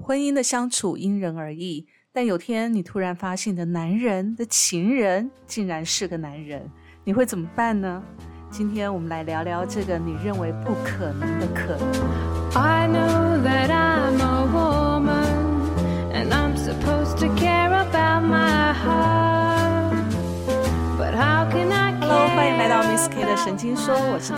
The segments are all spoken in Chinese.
婚姻的相处因人而异，但有天你突然发现你的男人的情人竟然是个男人，你会怎么办呢？今天我们来聊聊这个你认为不可能的可能。 I know that I'm a woman and I'm supposed to care about my heart, but how can I care? Hello， 欢迎来到 Miss K 的神经说，我是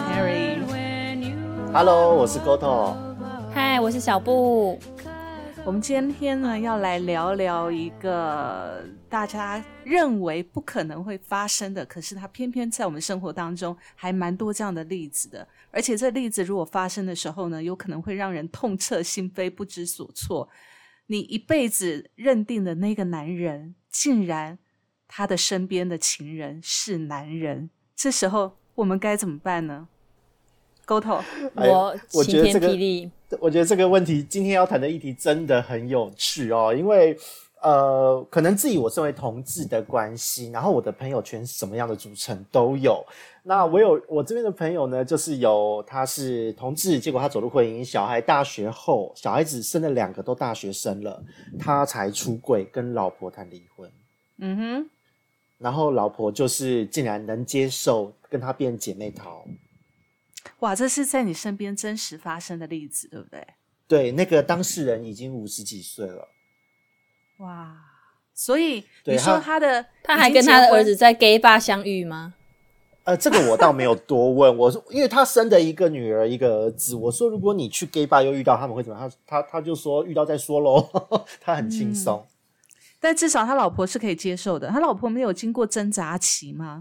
Carrie。Hello， 我是 Goto。 嗨，我是小布。 我们今天呢要来聊聊一个大家认为不可能会发生的，可是它偏偏在我们生活当中还蛮多这样的例子的，而且这例子如果发生的时候呢，有可能会让人痛彻心扉，不知所措。你一辈子认定的那个男人，竟然他的身边的情人是男人，这时候我们该怎么办呢？Goto， 我晴天霹雳。 我觉得这个问题今天要谈的议题真的很有趣哦，因为可能自己我身为同志的关系，然后我的朋友圈什么样的组成都有。那我这边的朋友呢，就是他是同志，结果他走入婚姻，小孩大学后，小孩子生了2个都大学生了，他才出柜跟老婆谈离婚。嗯哼，然后老婆就是竟然能接受跟他变姐妹淘。 哇，这是在你身边真实发生的例子，对不对？ 对，那个当事人已经50几岁了。 哇，所以你说他还跟他的儿子在 gay bar 相遇吗？ 这个我倒没有多问。我说，因为他生的一个女儿一个儿子，我说如果你去 gay bar 又遇到他们会怎么样？他就说遇到再说咯。他很轻松。 但至少他老婆是可以接受的。他老婆没有经过挣扎期吗？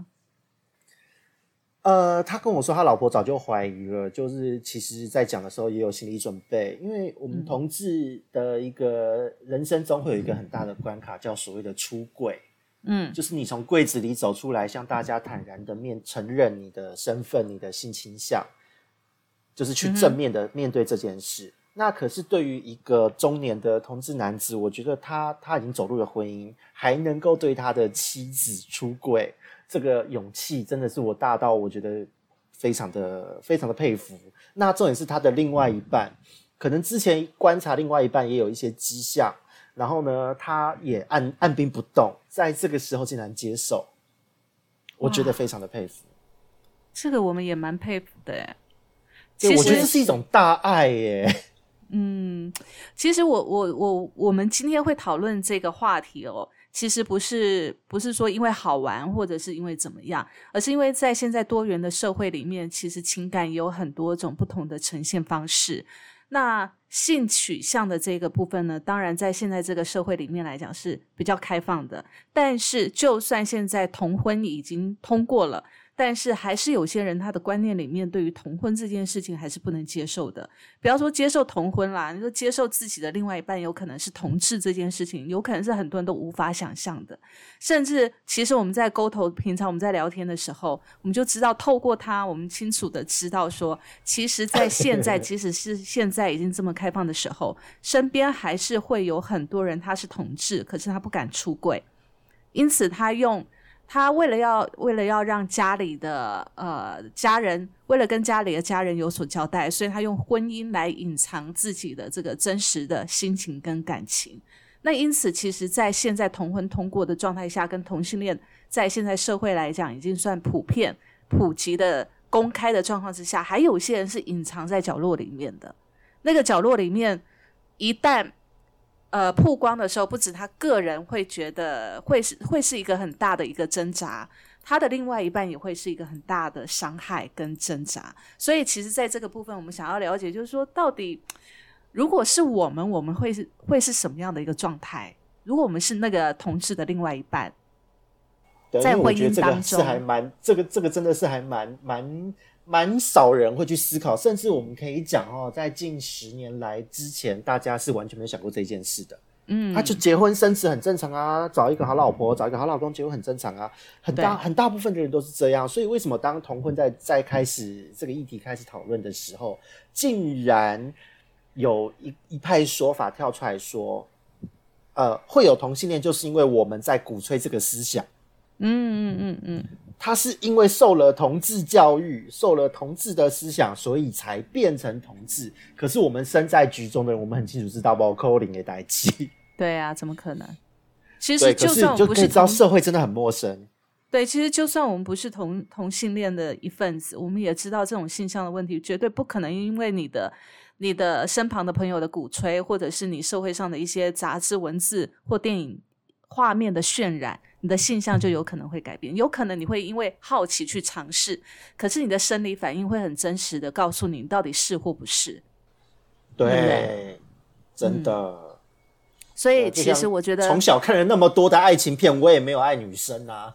他跟我说他老婆早就怀疑了，就是其实在讲的时候也有心理准备，因为我们同志的一个人生中会有一个很大的关卡叫所谓的出柜。就是你从柜子里走出来，向大家坦然的承认你的身份，你的性倾向，就是去正面的面对这件事。那可是对于一个中年的同志男子，我觉得他已经走入了婚姻，还能够对他的妻子出柜，这个勇气真的是我大到我觉得非常的佩服。那重点是他的另外一半，可能之前观察另外一半也有一些迹象，然后呢他也按兵不动，在这个时候竟然接受，我觉得非常的佩服。 这个我们也蛮佩服的耶。 对，我觉得这是一种大爱耶。 其实我们今天会讨论这个话题哦，其实不是说因为好玩或者是因为怎么样，而是因为在现在多元的社会里面，其实情感也有很多种不同的呈现方式。那性取向的这个部分呢，当然在现在这个社会里面来讲是比较开放的，但是就算现在同婚已经通过了，但是还是有些人他的观念里面对于同婚这件事情还是不能接受的。不要说接受同婚啦，你说接受自己的另外一半有可能是同志这件事情，有可能是很多人都无法想象的。甚至其实我们在沟头，平常我们在聊天的时候，我们就知道透过他，我们清楚的知道说，其实在现在即使是现在已经这么开放的时候，身边还是会有很多人他是同志，可是他不敢出柜，因此他为了要让家里的家人，为了跟家里的家人有所交代，所以他用婚姻来隐藏自己的这个真实的心情跟感情。那因此其实在现在同婚通过的状态下，跟同性恋在现在社会来讲已经算普及的公开的状况之下，还有些人是隐藏在角落里面的。那个角落里面一旦曝光的时候，不止他个人会觉得会是一个很大的一个挣扎，他的另外一半也会是一个很大的伤害跟挣扎。所以其实在这个部分我们想要了解，就是说到底如果是我们会是什么样的一个状态？如果我们是那个同志的另外一半，在婚姻当中， 这个真的是还蛮少人会去思考，甚至我们可以讲在近10年来之前，大家是完全没有想过这件事的。他就结婚生子很正常啊，找一个好老婆，找一个好老公，结婚很正常啊，很大部分的人都是这样。所以为什么当同婚在开始这个议题开始讨论的时候，竟然有一派说法跳出来说，会有同性恋，就是因为我们在鼓吹这个思想。 他是因为受了同志教育，受了同志的思想，所以才变成同志。可是我们身在局中的人，我们很清楚知道不可能的代志。 对啊，怎么可能？其实就算我们不是就可以知道社会真的很陌生。 对，其实就算我们不是同性恋的一份子，我们也知道这种性向的问题绝对不可能因为你的身旁的朋友的鼓吹，或者是你社会上的一些杂志文字或电影画面的渲染，你的性向就有可能会改变。有可能你会因为好奇去尝试，可是你的生理反应会很真实的告诉你到底是或不是。 对，真的。 所以其实我觉得从小看了那么多的爱情片，我也没有爱女生啊。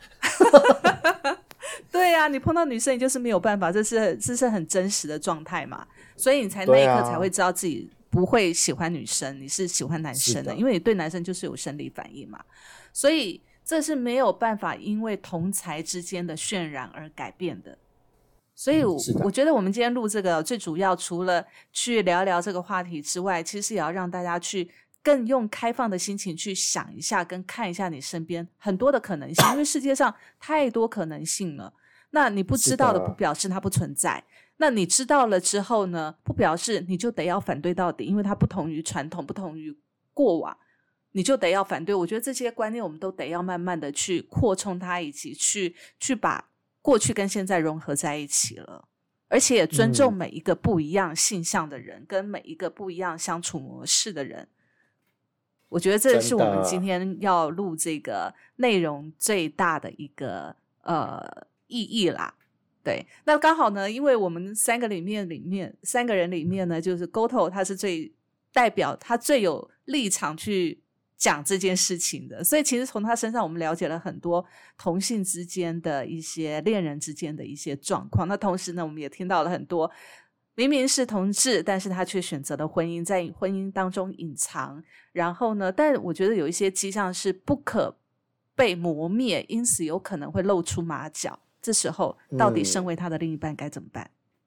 对啊，你碰到女生你就是没有办法，这是很真实的状态嘛。所以你那一刻才会知道自己不会喜欢女生，你是喜欢男生的，因为你对男生就是有生理反应嘛。所以这是没有办法因为同才之间的渲染而改变的。所以我觉得我们今天录这个最主要除了去聊聊这个话题之外，其实也要让大家去更用开放的心情去想一下跟看一下你身边很多的可能性，因为世界上太多可能性了。那你不知道的不表示它不存在，那你知道了之后呢，不表示你就得要反对到底，因为它不同于传统，不同于过往，你就得要反对。我觉得这些观念我们都得要慢慢的去扩充它，以及去把过去跟现在融合在一起了，而且也尊重每一个不一样性向的人，跟每一个不一样相处模式的人。我觉得这是我们今天要录这个内容最大的一个意义啦。对，那刚好呢，因为我们三个人里面呢，就是 Goto 他是最代表，他最有立场去讲这件事情的，所以其实从他身上我们了解了很多同性之间的一些恋人之间的一些状况。那同时呢，我们也听到了很多明明是同志，但是他却选择了婚姻，在婚姻当中隐藏，然后呢，但我觉得有一些迹象是不可被磨灭，因此有可能会露出马脚。这时候到底身为他的另一半该怎么办？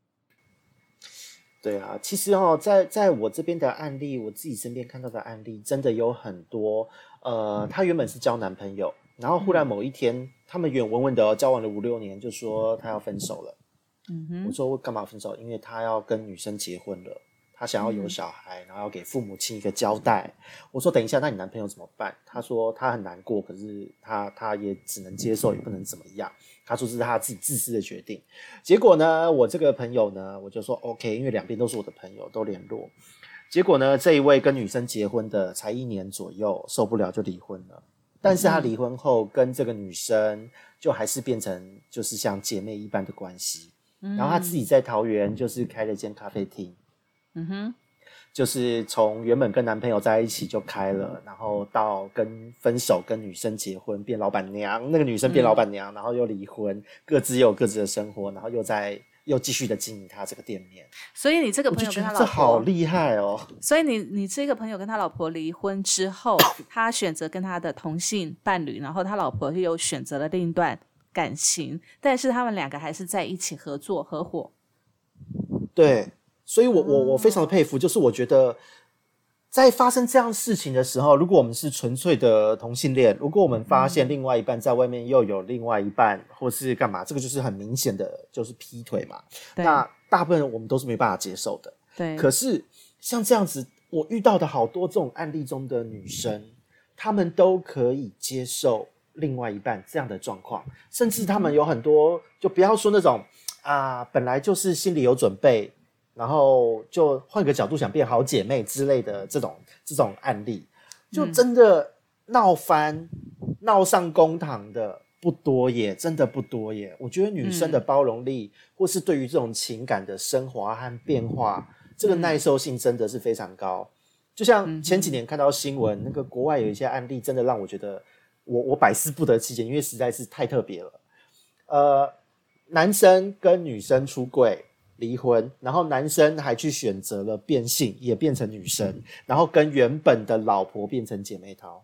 对啊，其实在我这边的案例，我自己身边看到的案例真的有很多。她原本是交男朋友，然后忽然某一天他们远稳稳的交往了5-6年，就说他要分手了。我说干嘛分手？因为他要跟女生结婚了，他想要有小孩，然后要给父母亲一个交代。我说等一下，那你男朋友怎么办？他说他很难过，可是他也只能接受，也不能怎么样。他说这是他自己自私的决定。结果呢，我这个朋友呢，我就说 OK， 因为两边都是我的朋友，都联络。结果呢，这一位跟女生结婚的才1年左右，受不了就离婚了。但是他离婚后跟这个女生就还是变成就是像姐妹一般的关系。然后他自己在桃园就是开了间咖啡厅。就是从原本跟男朋友在一起就开了，然后到跟分手跟女生结婚变老板娘，那个女生变老板娘，然后又离婚，各自又有各自的生活，然后又继续的经营他这个店面。 所以你这个朋友跟他老婆， 这好厉害哦。 所以你这个朋友跟他老婆离婚之后，他选择跟他的同性伴侣，然后他老婆又选择了另一段感情，但是他们两个还是在一起合作合伙。 对，所以我非常的佩服，就是我觉得在发生这样事情的时候，如果我们是纯粹的同性恋，如果我们发现另外一半在外面又有另外一半或是干嘛，这个就是很明显的就是劈腿嘛，那大部分我们都是没办法接受的。 对， 可是像这样子我遇到的好多这种案例中的女生，她们都可以接受另外一半这样的状况，甚至她们有很多，就不要说那种本来就是心里有准备，然后就换个角度想变好姐妹之类的这种案例，就真的闹翻、闹上公堂的不多耶，真的不多耶。我觉得女生的包容力，或是对于这种情感的升华和变化，这个耐受性真的是非常高。就像前几年看到新闻，那个国外有一些案例，真的让我觉得我百思不得其解，因为实在是太特别了。男生跟女生出柜离婚，然后男生还去选择了变性，也变成女生，然后跟原本的老婆变成姐妹淘。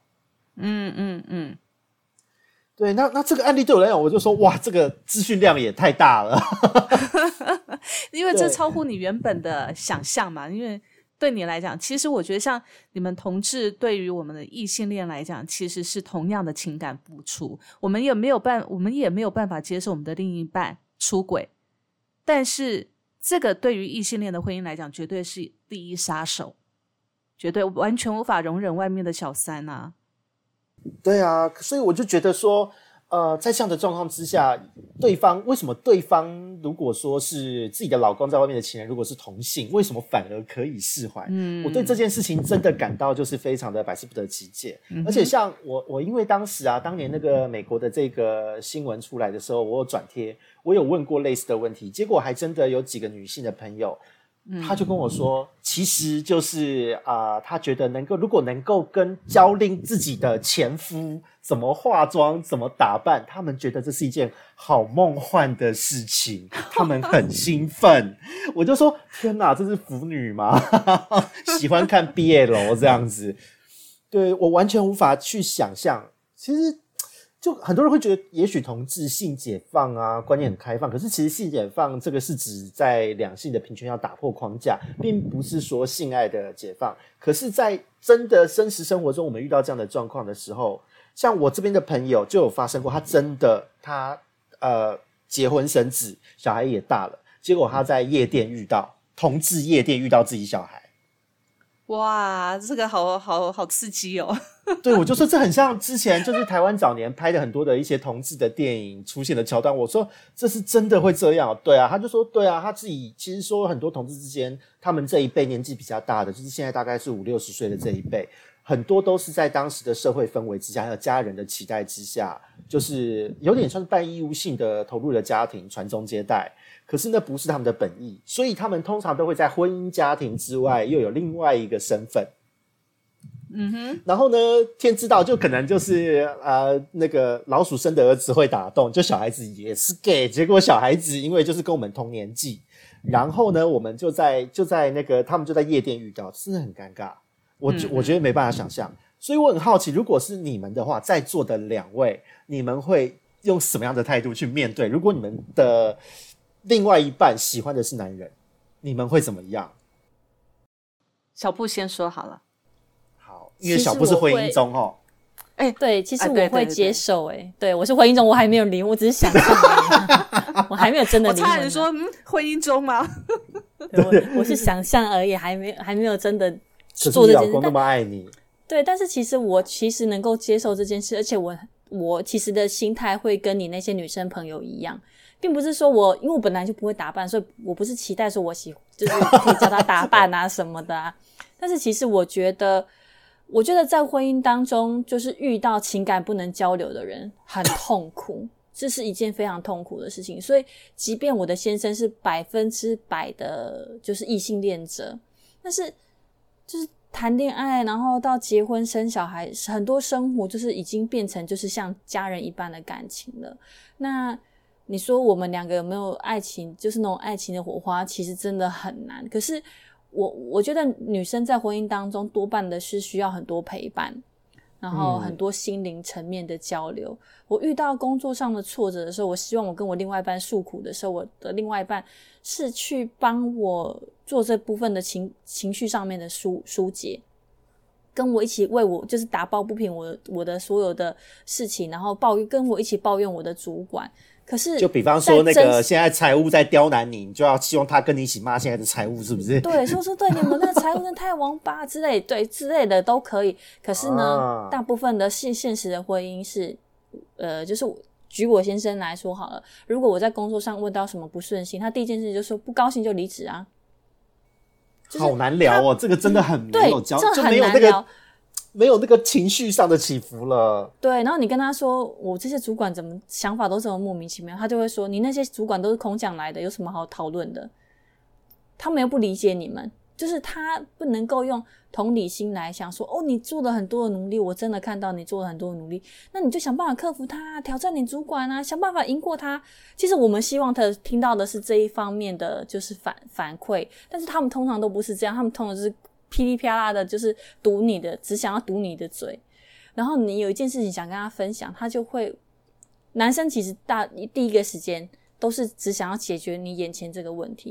对，那这个案例对我来讲，我就说哇，这个资讯量也太大了。 因为这超乎你原本的想象嘛，因为对你来讲，其实我觉得像你们同志对于我们的异性恋来讲，其实是同样的情感付出。我们也没有办法接受我们的另一半出轨，但是这个对于异性恋的婚姻来讲，绝对是第一杀手，绝对完全无法容忍外面的小三啊。 对啊，所以我就觉得说在这样的状况之下，为什么对方如果说是自己的老公在外面的情人如果是同性，为什么反而可以释怀？我对这件事情真的感到就是非常的百思不得其解。而且像我因为当时当年那个美国的这个新闻出来的时候，我有转贴，我有问过类似的问题，结果还真的有几个女性的朋友他就跟我说，其实就是他觉得如果能够教令自己的前夫怎么化妆怎么打扮，他们觉得这是一件好梦幻的事情，他们很兴奋。我就说天哪，这是腐女吗？喜欢看 BL 这样子。对，我完全无法去想象。其实就很多人会觉得也许同志性解放观念很开放，可是其实性解放这个是指在两性的平权要打破框架，并不是说性爱的解放。可是在真的真实生活中，我们遇到这样的状况的时候，像我这边的朋友就有发生过，他结婚生子，小孩也大了，结果他在同志夜店遇到自己小孩。 哇，这个好刺激哦。 对，我就说这很像之前就是台湾早年拍的很多的一些同志的电影出现的桥段。我说这是真的会这样？对啊，他就说对啊，他自己其实说很多同志之间，他们这一辈年纪比较大的，就是现在大概是50-60岁的这一辈，很多都是在当时的社会氛围之下，还有家人的期待之下，就是有点算是半义务性的投入了家庭，传宗接代。可是那不是他们的本意，所以他们通常都会在婚姻家庭之外又有另外一个身份。然后呢，天知道就可能就是那个老鼠生的儿子会打洞，就小孩子也是 gay， 结果小孩子因为就是跟我们同年纪，然后呢我们就在那个他们就在夜店遇到，真的很尴尬。我觉得没办法想象，所以我很好奇，如果是你们的话，在座的2位，你们会用什么样的态度去面对？如果你们的另外一半喜欢的是男人，你们会怎么样？ 小布先说好了。 好，因为小布是婚姻中哦。 对，其实我会接受。对，我是婚姻中，我还没有离婚，我只是想象而已。我还没有真的离婚。 我差点说，婚姻中吗？ 我是想象而已，还没有真的做这件事。可是你老公那么爱你。 对，但是我其实能够接受这件事，而且我其实的心态会跟你那些女生朋友一样。并不是说因为我本来就不会打扮，所以我不是期待说就是可以教他打扮啊什么的啊。但是其实我觉得在婚姻当中，就是遇到情感不能交流的人很痛苦，这是一件非常痛苦的事情。所以即便我的先生是100%的就是异性恋者，但是就是谈恋爱然后到结婚生小孩，很多生活就是已经变成就是像家人一般的感情了。那你说我们2个有没有爱情，就是那种爱情的火花，其实真的很难。可是我觉得女生在婚姻当中多半的是需要很多陪伴，然后很多心灵层面的交流。我遇到工作上的挫折的时候，我希望我跟我另外一半诉苦的时候，我的另外一半是去帮我做这部分的情绪上面的疏解，跟我一起为我就是打抱不平我的所有的事情，然后跟我一起抱怨我的主管。可是就比方说那个现在财务在刁难你就要希望他跟你一起骂现在的财务，是不是？ 对，说对你们那个财务真的太王八之类的都可以。可是呢，大部分的现实的婚姻是就是举我先生来说好了，如果我在工作上问到什么不顺心，他第一件事就说不高兴就离职啊。 就是好难聊哦，这个真的很没有交， 这很难聊，没有那个情绪上的起伏了。 对，然后你跟他说我这些主管怎么想法都这么莫名其妙，他就会说你那些主管都是空降来的，有什么好讨论的？他们又不理解你们，就是他不能够用同理心来想说你做了很多的努力，我真的看到你做了很多的努力，那你就想办法克服他，挑战你主管啊，想办法赢过他。其实我们希望他听到的是这一方面的就是反馈，但是他们通常都不是这样，他们通常就是噼里啪啦的就是只想要堵你的嘴。然后你有一件事情想跟他分享，他就会，男生其实第一个时间都是只想要解决你眼前这个问题，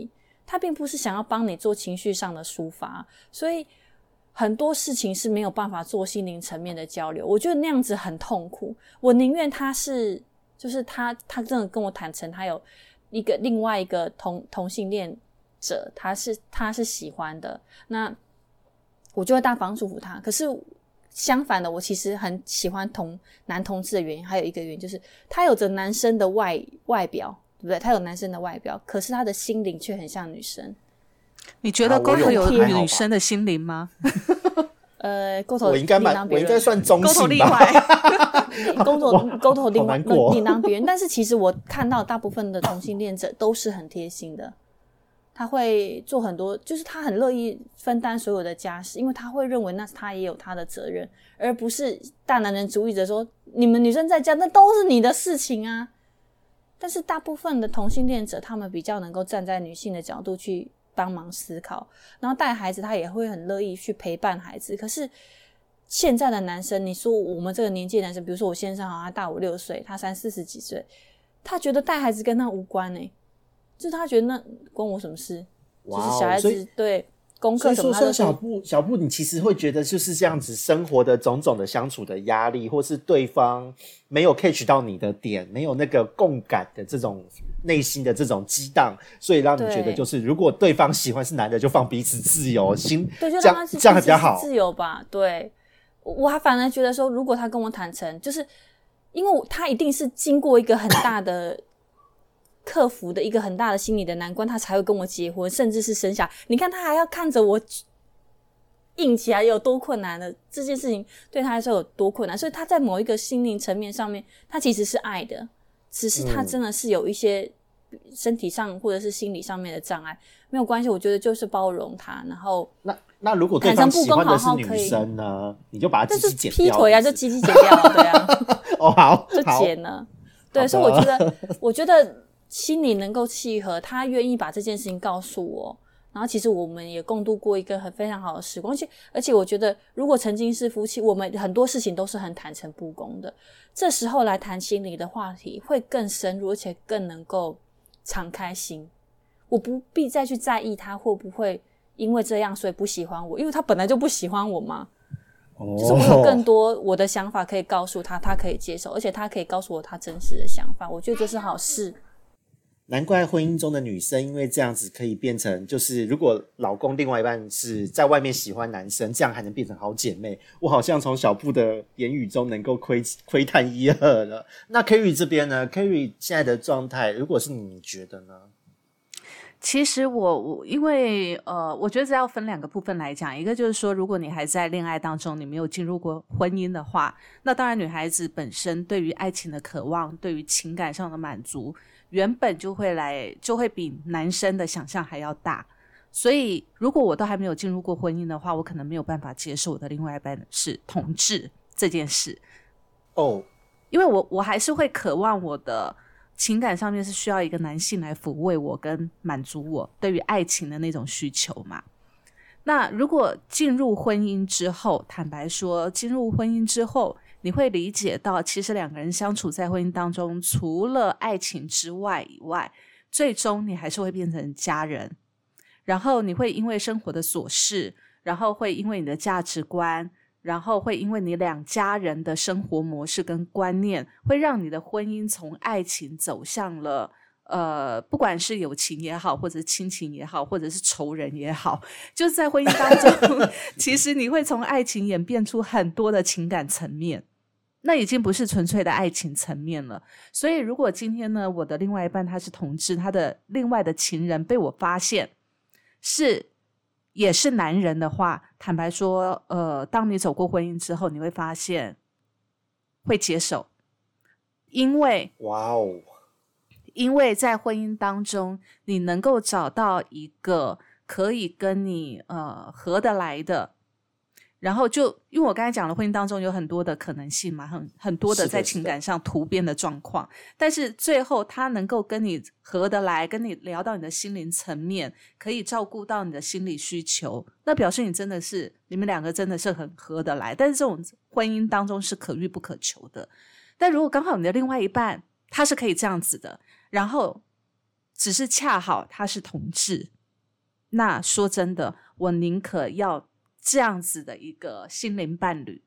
他并不是想要帮你做情绪上的抒发，所以很多事情是没有办法做心灵层面的交流，我觉得那样子很痛苦。我宁愿他是就是他真的跟我坦诚他有另外一个同性恋者，他是喜欢的，那我就会大方祝福他。可是相反的，我其实很喜欢男同志的原因还有一个原因，就是他有着男生的外表，对不对？他有男生的外表，可是他的心灵却很像女生。 你觉得沟头有女生的心灵吗？ 沟头我应该算中性吧。 沟头另当别论。但是其实我看到大部分的同性恋者都是很贴心的，他会做很多，就是他很乐意分担所有的家事，因为他会认为那他也有他的责任，而不是大男人主义者说你们女生在家那都是你的事情啊。但是大部分的同性恋者他们比较能够站在女性的角度去帮忙思考，然后带孩子他也会很乐意去陪伴孩子。可是现在的男生，你说我们这个年纪的男生，比如说我先生好像他大我6岁，他30几岁，他觉得带孩子跟他无关就是他觉得那关我什么事，就是小孩子对功课什么他都说小布你其实会觉得就是这样子生活的种种的相处的压力，或是对方没有 catch 到你的点，没有那个共感的这种内心的这种激荡，所以让你觉得就是如果对方喜欢是男的就放彼此自由对，就这样比较好， 自由吧。对，我还反而觉得说如果他跟我坦诚，就是因为他一定是经过一个很大的克服的一个很大的心理的难关，他才会跟我结婚，甚至是生下。你看他还要看着我硬起来有多困难的，这件事情对他来说有多困难，所以他在某一个心灵层面上面他其实是爱的，只是他真的是有一些身体上或者是心理上面的障碍，没有关系，我觉得就是包容他。然后那如果对方喜欢的是女生呢，你就把他鸡鸡剪掉， 劈腿啊，就鸡鸡剪掉了，对啊哦好， 就剪了。对，所以我觉得心里能够契合，他愿意把这件事情告诉我，然后其实我们也共度过一个非常好的时光，而且我觉得如果曾经是夫妻，我们很多事情都是很坦诚不公的，这时候来谈心理的话题会更深入，而且更能够敞开心。我不必再去在意他会不会因为这样所以不喜欢我，因为他本来就不喜欢我嘛。就是我有更多我的想法可以告诉他，他可以接受，而且他可以告诉我他真实的想法，我觉得这是好事。 难怪婚姻中的女生因为这样子可以变成，就是如果老公另外一半是在外面喜欢男生，这样还能变成好姐妹。我好像从小布的言语中能够窥探一二了。那 Kerry 这边呢 ？Kerry 现在的状态，如果是你觉得呢？ 其实我因为我觉得这要分2个部分来讲，一个就是说，如果你还在恋爱当中，你没有进入过婚姻的话，那当然女孩子本身对于爱情的渴望，对于情感上的满足，原本就会比男生的想象还要大。所以如果我都还没有进入过婚姻的话，我可能没有办法接受我的另外一半是同志这件事。因为我还是会渴望我的情感上面是需要一个男性来抚慰我跟满足我对于爱情的那种需求嘛。那如果进入婚姻之后，坦白说进入婚姻之后，你会理解到其实2个人相处在婚姻当中，除了爱情之外以外，最终你还是会变成家人，然后你会因为生活的琐事，然后会因为你的价值观，然后会因为你2家人的生活模式跟观念，会让你的婚姻从爱情走向了不管是友情也好，或者是亲情也好，或者是仇人也好，就是在婚姻当中其实你会从爱情演变出很多的情感层面，那已经不是纯粹的爱情层面了。所以如果今天呢，我的另外一半他是同志，他的另外的情人被我发现也是男人的话，坦白说当你走过婚姻之后，你会发现会接受。因为在婚姻当中你能够找到一个可以跟你合得来的，然后就因为我刚才讲了婚姻当中有很多的可能性嘛，很多的在情感上突变的状况，但是最后他能够跟你合得来，跟你聊到你的心灵层面，可以照顾到你的心理需求，那表示你们2个真的是很合得来。但是这种婚姻当中是可遇不可求的。但如果刚好你的另外一半他是可以这样子的，然后只是恰好他是同志， 那说真的，我宁可要这样子的一个心灵伴侣。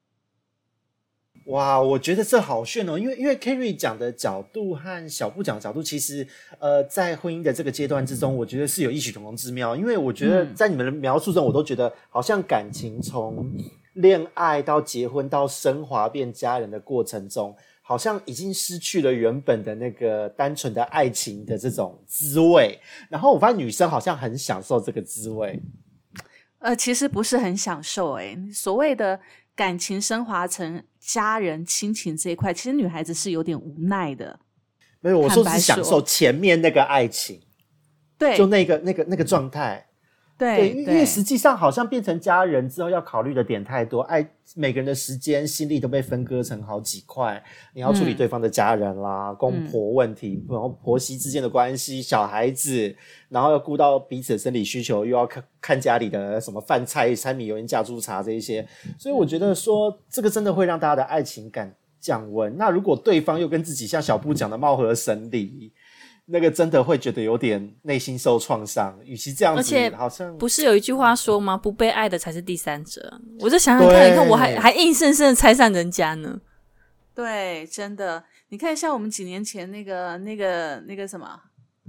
哇，我觉得这好炫哦，因为 Kerry 讲的角度和小布讲的角度，其实在婚姻的这个阶段之中，我觉得是有异曲同工之妙。因为我觉得在你们的描述中，我都觉得好像感情从恋爱到结婚到升华变家人的过程中，好像已经失去了原本的那个单纯的爱情的这种滋味。然后我发现女生好像很享受这个滋味。 其实不是很享受所谓的感情升华成家人亲情这一块，其实女孩子是有点无奈的。 没有，我说是享受前面那个爱情， 对， 就那个状态。对，因为实际上好像变成家人之后要考虑的点太多，每个人的时间心力都被分割成好几块，你要处理对方的家人啦、公婆问题，然后婆媳之间的关系、小孩子，然后要顾到彼此的生理需求，又要看家里的什么饭菜、柴米油盐酱醋茶这一些，所以我觉得说这个真的会让大家的爱情感降温。那如果对方又跟自己像小布讲的貌合神离，那个真的会觉得有点内心受创伤，与其这样子， 而且好像不是有一句话说吗？不被爱的才是第三者。我就想想看，你看我还硬生生的拆散人家呢。 对，真的，你看像我们几年前那个什么，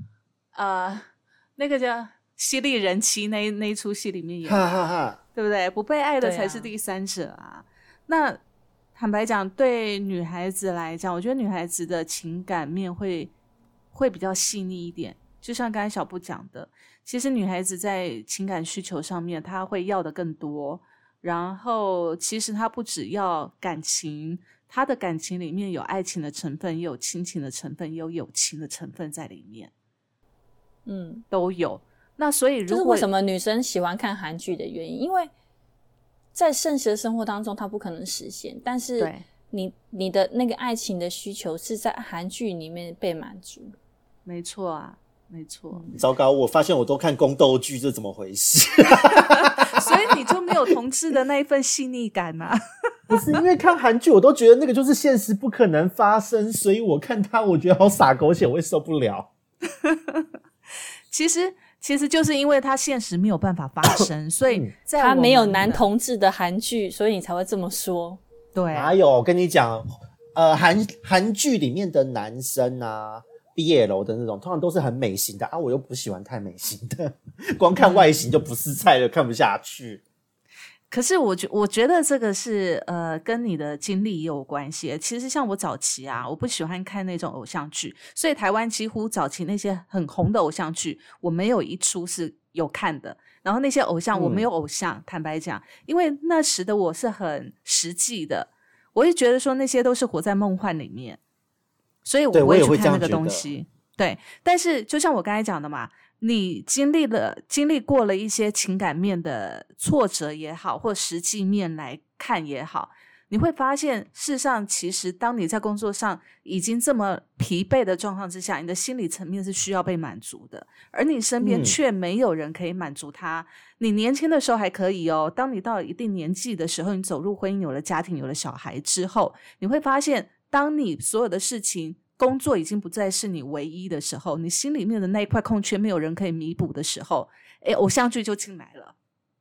那个叫犀利人妻那一出戏里面演的，对不对？不被爱的才是第三者啊。那坦白讲，对女孩子来讲，我觉得女孩子的情感面会比较细腻一点，就像刚才小布讲的，其实女孩子在情感需求上面她会要的更多，然后其实她不只要感情，她的感情里面有爱情的成分，也有亲情的成分，也有友情的成分在里面，都有。那所以如果就是为什么女生喜欢看韩剧的原因，因为在现实的生活当中它不可能实现，但是你的那个爱情的需求是在韩剧里面被满足。 没错啊，没错。 糟糕，我发现我都看宫斗剧，这怎么回事？ 所以你就没有同志的那一份细腻感啊？ 不是，因为看韩剧我都觉得那个就是现实不可能发生，所以我看它我觉得好洒狗血，我会受不了。 其实就是因为它现实没有办法发生，所以在它没有男同志的韩剧，所以你才会这么说。 对， 哪有？我跟你讲，韩剧里面的男生啊，BL 的那种，通常都是很美型的啊，我又不喜欢太美型的，光看外形就不是菜了，看不下去。 可是我觉得这个是跟你的经历也有关系。其实像我早期啊，我不喜欢看那种偶像剧，所以台湾几乎早期那些很红的偶像剧，我没有一出是有看的。然后那些偶像我没有偶像，坦白讲，因为那时的我是很实际的，我会觉得说那些都是活在梦幻里面，所以我不会去看那个东西。对，但是就像我刚才讲的嘛，你经历过了一些情感面的挫折也好，或实际面来看也好，你会发现事实上其实当你在工作上已经这么疲惫的状况之下，你的心理层面是需要被满足的，而你身边却没有人可以满足他。你年轻的时候还可以哦，当你到了一定年纪的时候，你走入婚姻，有了家庭，有了小孩之后，你会发现当你所有的事情工作已经不再是你唯一的时候，你心里面的那一块空缺没有人可以弥补的时候，偶像剧就进来了。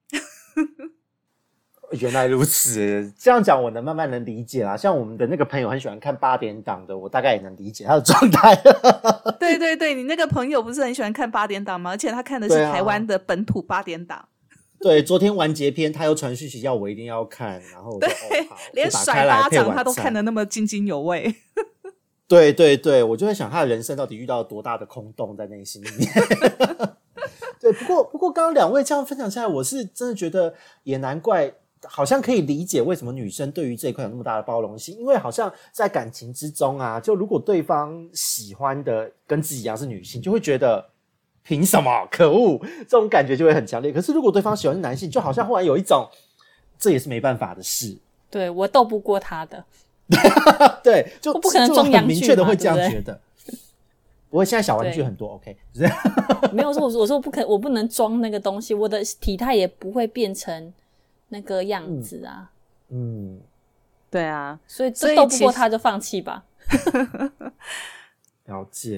原来如此，这样讲我能慢慢能理解啦。像我们的那个朋友很喜欢看8点档的，我大概也能理解他的状态。 对对对，你那个朋友不是很喜欢看8点档吗？而且他看的是台湾的本土8点档。 对，昨天完结篇他又传讯息要我一定要看，然后我说好， 连甩巴掌他都看得那么津津有味。 对对对，我就在想他的人生到底遇到了多大的空洞在内心里面。对，不过刚刚两位这样分享下来，我是真的觉得也难怪，好像可以理解为什么女生对于这一块有那么大的包容性，因为好像在感情之中啊，就如果对方喜欢的跟自己一样是女性，就会觉得凭什么？可恶，这种感觉就会很强烈。可是如果对方喜欢是男性，就好像忽然有一种这也是没办法的事。 对，我斗不过他的。 对，就不可能中洋剧嘛， 很明确的会这样觉得。不过现在小玩具很多 ，OK， 没有说我说我不能装那个东西，我的体态也不会变成那个样子啊。 对啊， 所以斗不过他就放弃吧。 了解。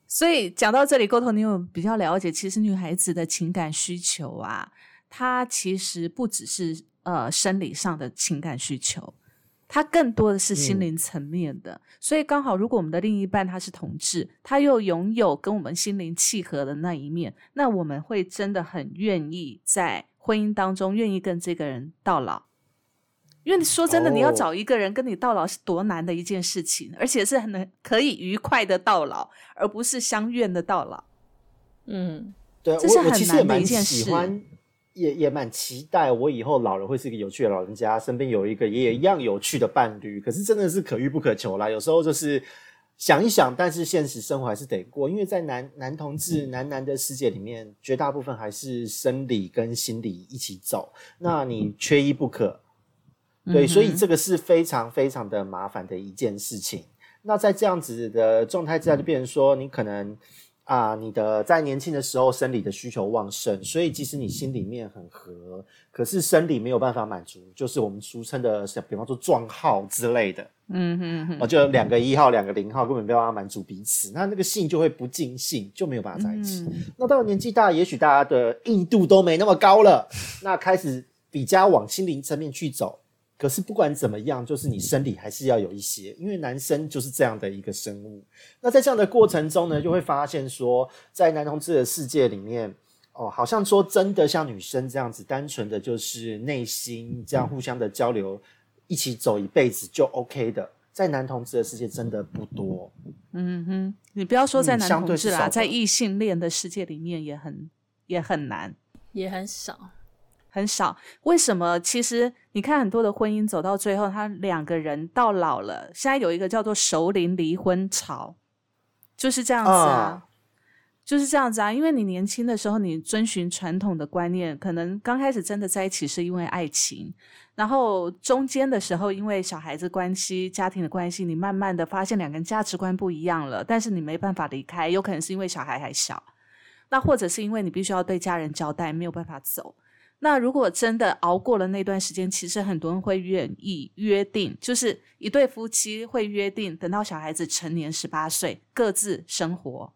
所以讲到这里，沟通你有比较了解，其实女孩子的情感需求啊，它其实不只是生理上的情感需求，它更多的是心灵层面的。所以刚好如果我们的另一半他是同志，他又拥有跟我们心灵契合的那一面，那我们会真的很愿意在婚姻当中愿意跟这个人到老。因为说真的，你要找一个人跟你到老是多难的一件事情，而且是可以愉快的到老，而不是相怨的到老。 对， 这是很我其实也蛮难的一件事。 喜欢，也蛮期待我以后老了会是一个有趣的老人家，身边有一个也一样有趣的伴侣。可是真的是可遇不可求啦，有时候就是想一想，但是现实生活还是得过，因为在男同志男的世界里面，绝大部分还是生理跟心理一起走，那你缺一不可。对，所以这个是非常非常的麻烦的一件事情。那在这样子的状态之下，就变成说你可能你的在年轻的时候生理的需求旺盛，所以即使你心里面很合，可是生理没有办法满足，就是我们俗称的比方说撞号之类的。就两个1号两个0号根本没有办法满足彼此，那个性就会不尽兴，就没有办法在一起。那到了年纪大，也许大家的硬度都没那么高了，那开始比较往心灵层面去走。可是不管怎么样，就是你生理还是要有一些，因为男生就是这样的一个生物。那在这样的过程中呢，就会发现说，在男同志的世界里面，好像说真的像女生这样子单纯的就是内心这样互相的交流，一起走一辈子就 OK 的，在男同志的世界真的不多。 你不要说在男同志啦，在异性恋的世界里面也很难， 也很少。 很少。为什么？其实你看很多的婚姻走到最后，他两个人到老了，现在有一个叫做熟龄离婚潮，就是这样子啊。就是这样子啊，因为你年轻的时候你遵循传统的观念，可能刚开始真的在一起是因为爱情，然后中间的时候因为小孩子关系家庭的关系，你慢慢的发现两个人价值观不一样了，但是你没办法离开，有可能是因为小孩还小，那或者是因为你必须要对家人交代，没有办法走。那如果真的熬过了那段时间，其实很多人会愿意约定，就是一对夫妻会约定等到小孩子成年18岁各自生活。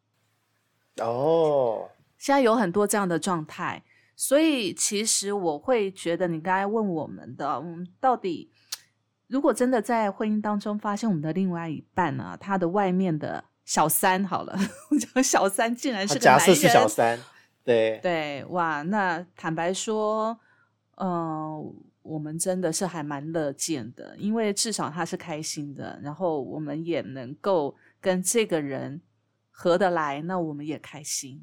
现在有很多这样的状态，所以其实我会觉得你刚才问我们的，我们到底如果真的在婚姻当中发现我们的另外一半呢，他的外面的小三好了，我讲小三竟然是个男人， 假设是小三， 对，哇，那坦白说我们真的是还蛮乐见的，因为至少他是开心的，然后我们也能够跟这个人合得来，那我们也开心。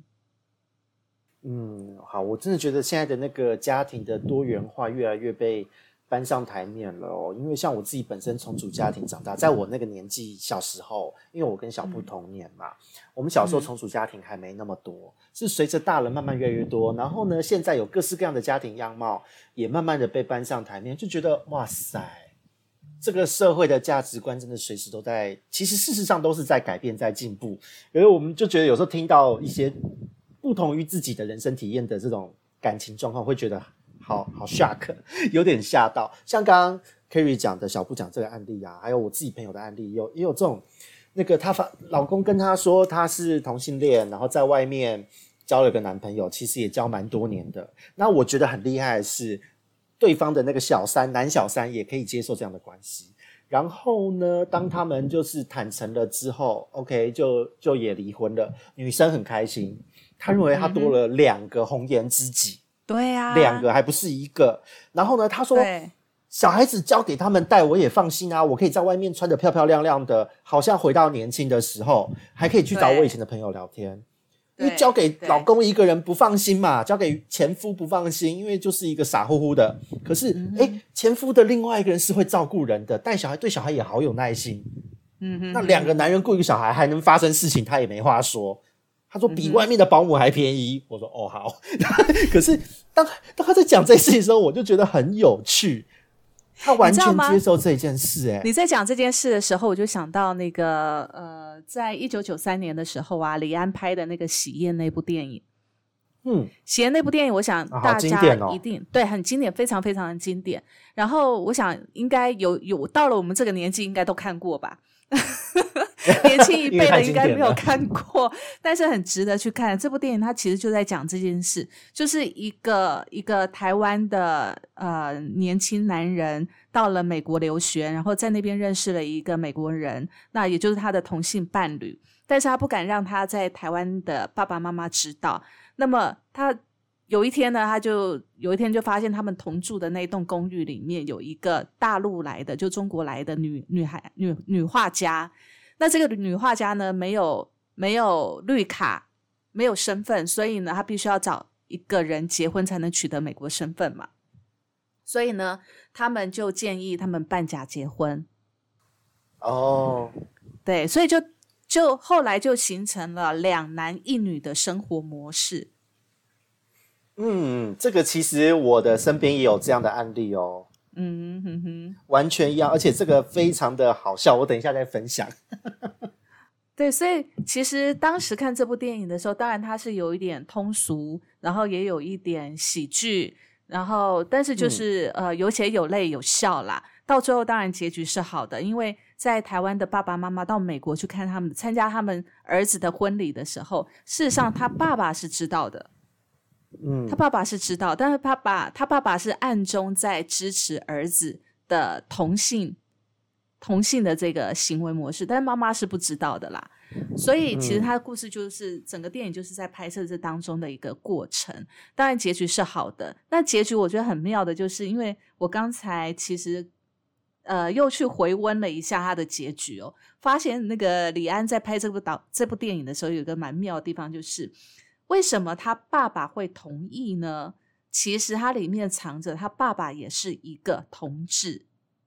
好，我真的觉得现在的那个家庭的多元化越来越被搬上台面了因为像我自己本身重组家庭长大，在我那个年纪小时候，因为我跟小布同年嘛，我们小时候重组家庭还没那么多，是随着大人慢慢越来越多，然后呢现在有各式各样的家庭样貌也慢慢的被搬上台面，就觉得哇塞，这个社会的价值观真的随时都在，其实事实上都是在改变在进步，因为我们就觉得有时候听到一些不同于自己的人生体验的这种感情状况，会觉得好 shock， 有点吓到。像刚刚 Kerry 讲的，小布讲这个案例啊，还有我自己朋友的案例，也有这种那个她老公跟她说他是同性恋，然后在外面交了个男朋友，其实也交蛮多年的。那我觉得很厉害的是，对方的那个男小三也可以接受这样的关系。然后呢，当他们就是坦诚了之后 ，OK， 就也离婚了。女生很开心，她认为她多了2个红颜知己。 对啊 ，2个还不是1个。然后呢，她说小孩子交给他们带，我也放心啊，我可以在外面穿得漂漂亮亮的，好像回到年轻的时候，还可以去找我以前的朋友聊天。因为交给老公一个人不放心嘛，交给前夫不放心，因为就是一个傻乎乎的。可是前夫的另外一个人是会照顾人的，带小孩对小孩也好有耐心。那2个男人顾一个小孩还能发生事情，他也没话说。他说比外面的保姆还便宜。我说好。可是当他在讲这件事情的时候，我就觉得很有趣。他完全接受这件事你在讲这件事的时候，我就想到那个在1993年的时候啊，李安拍的那个《喜宴》那部电影。喜宴那部电影，我想大家一定对很经典，非常非常的经典。然后我想应该有到了我们这个年纪，应该都看过吧。 年轻一辈的应该没有看过，但是很值得去看。这部电影它其实就在讲这件事，就是一个台湾的年轻男人到了美国留学，然后在那边认识了一个美国人，那也就是他的同性伴侣，但是他不敢让他在台湾的爸爸妈妈知道。那么他有一天呢，他就发现他们同住的那栋公寓里面有一个大陆来的，就中国来的女画家。那这个女画家呢，没有绿卡，没有身份，所以呢，她必须要找一个人结婚才能取得美国身份嘛。所以呢，他们就建议他们办假结婚。 哦， 对，所以就后来就形成了2男1女的生活模式。 这个其实我的身边也有这样的案例哦。完全一样，而且这个非常的好笑，我等一下再分享。 对，所以其实当时看这部电影的时候，当然它是有一点通俗，然后也有一点喜剧，然后但是就是有血有泪有笑啦。到最后当然结局是好的，因为在台湾的爸爸妈妈到美国去看参加他们儿子的婚礼的时候，事实上他爸爸是知道的。他爸爸是知道，但是他爸爸是暗中在支持儿子的同性的这个行为模式，但是妈妈是不知道的啦。所以其实他的故事就是整个电影就是在拍摄这当中的一个过程。当然结局是好的，那结局我觉得很妙的就是因为我刚才其实又去回温了一下他的结局哦，发现那个李安在拍这部电影的时候有一个蛮妙的地方，就是为什么他爸爸会同意呢？其实他里面藏着他爸爸也是一个同志。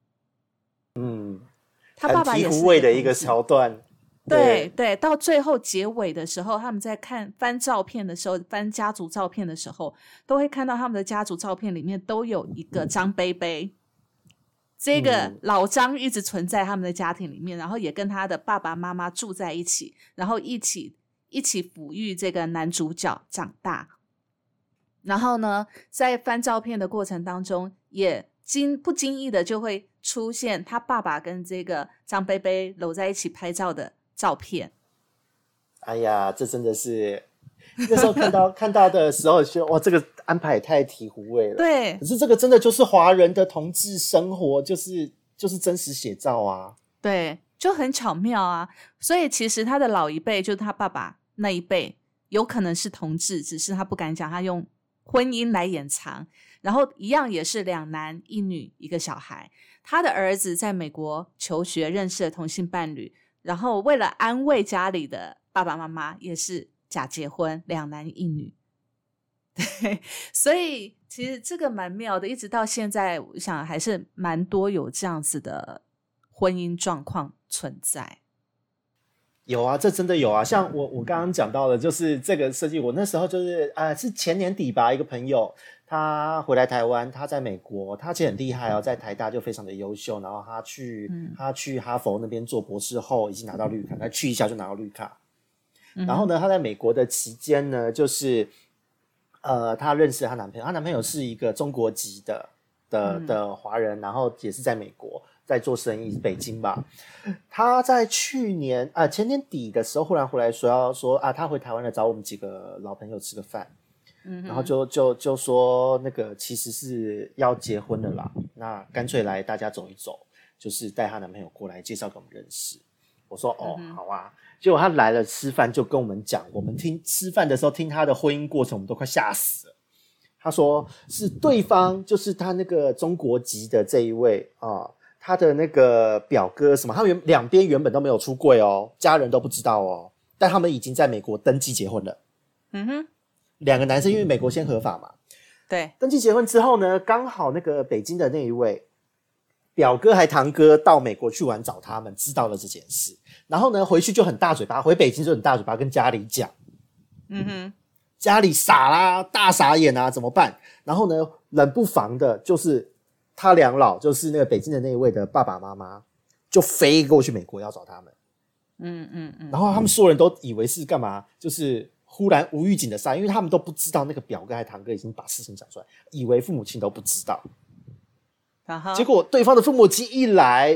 他爸爸也是很醍醐味的一个桥段。 对，到最后结尾的时候，他们在翻照片的时候，翻家族照片的时候，都会看到他们的家族照片里面都有一个张贝贝。这个老张一直存在他们的家庭里面，然后也跟他的爸爸妈妈住在一起，然后一起抚育这个男主角长大。然后呢，在翻照片的过程当中，也不经意的就会出现他爸爸跟这个张贝贝搂在一起拍照的照片。 哎呀，这真的是那时候看到的时候就哇，这个安排也太醍醐味了。 对， 可是这个真的就是华人的同志生活，就是真实写照啊。 对，就很巧妙啊。所以其实他的老一辈，就是他爸爸那一辈，有可能是同志，只是他不敢讲，他用婚姻来掩藏。然后一样也是2男1女一个小孩，他的儿子在美国求学，认识了同性伴侣，然后为了安慰家里的爸爸妈妈，也是假结婚，2男1女。对，所以其实这个蛮妙的，一直到现在我想还是蛮多有这样子的婚姻状况存在。 有啊，这真的有啊。像我刚刚讲到的，就是这个设计，我那时候就是是前年底吧，一个朋友他回来台湾，他在美国，他其实很厉害哦，在台大就非常的优秀，然后他去哈佛那边做博士后，已经拿到绿卡，他去一下就拿到绿卡。然后呢，他在美国的期间呢，就是他认识了她男朋友，她男朋友是一个中国籍的华人，然后也是在美国在做生意，北京吧。他在前年底的时候忽然回来说他回台湾来找我们几个老朋友吃个饭。然后就说那个其实是要结婚了啦，那干脆来大家走一走，就是带她男朋友过来介绍给我们认识。我说好啊。结果他来了吃饭就跟我们讲，我们吃饭的时候听他的婚姻过程，我们都快吓死了。他说是对方就是他那个中国籍的这一位他的那个表哥什么，他们两边原本都没有出柜哦，家人都不知道哦，但他们已经在美国登记结婚了。2个男生因为美国先合法嘛， 对， 登记结婚之后呢，刚好那个北京的那一位表哥还堂哥到美国去玩找他们，知道了这件事，然后呢回去就很大嘴巴，回北京就很大嘴巴跟家里讲。家里傻啦，大傻眼啊，怎么办？然后呢，冷不防的就是他2老，就是那个北京的那一位的爸爸妈妈，就飞过去美国要找他们。然后他们所有人都以为是干嘛，就是忽然无预警的杀，因为他们都不知道那个表哥还堂哥已经把事情讲出来，以为父母亲都不知道。结果对方的父母亲一来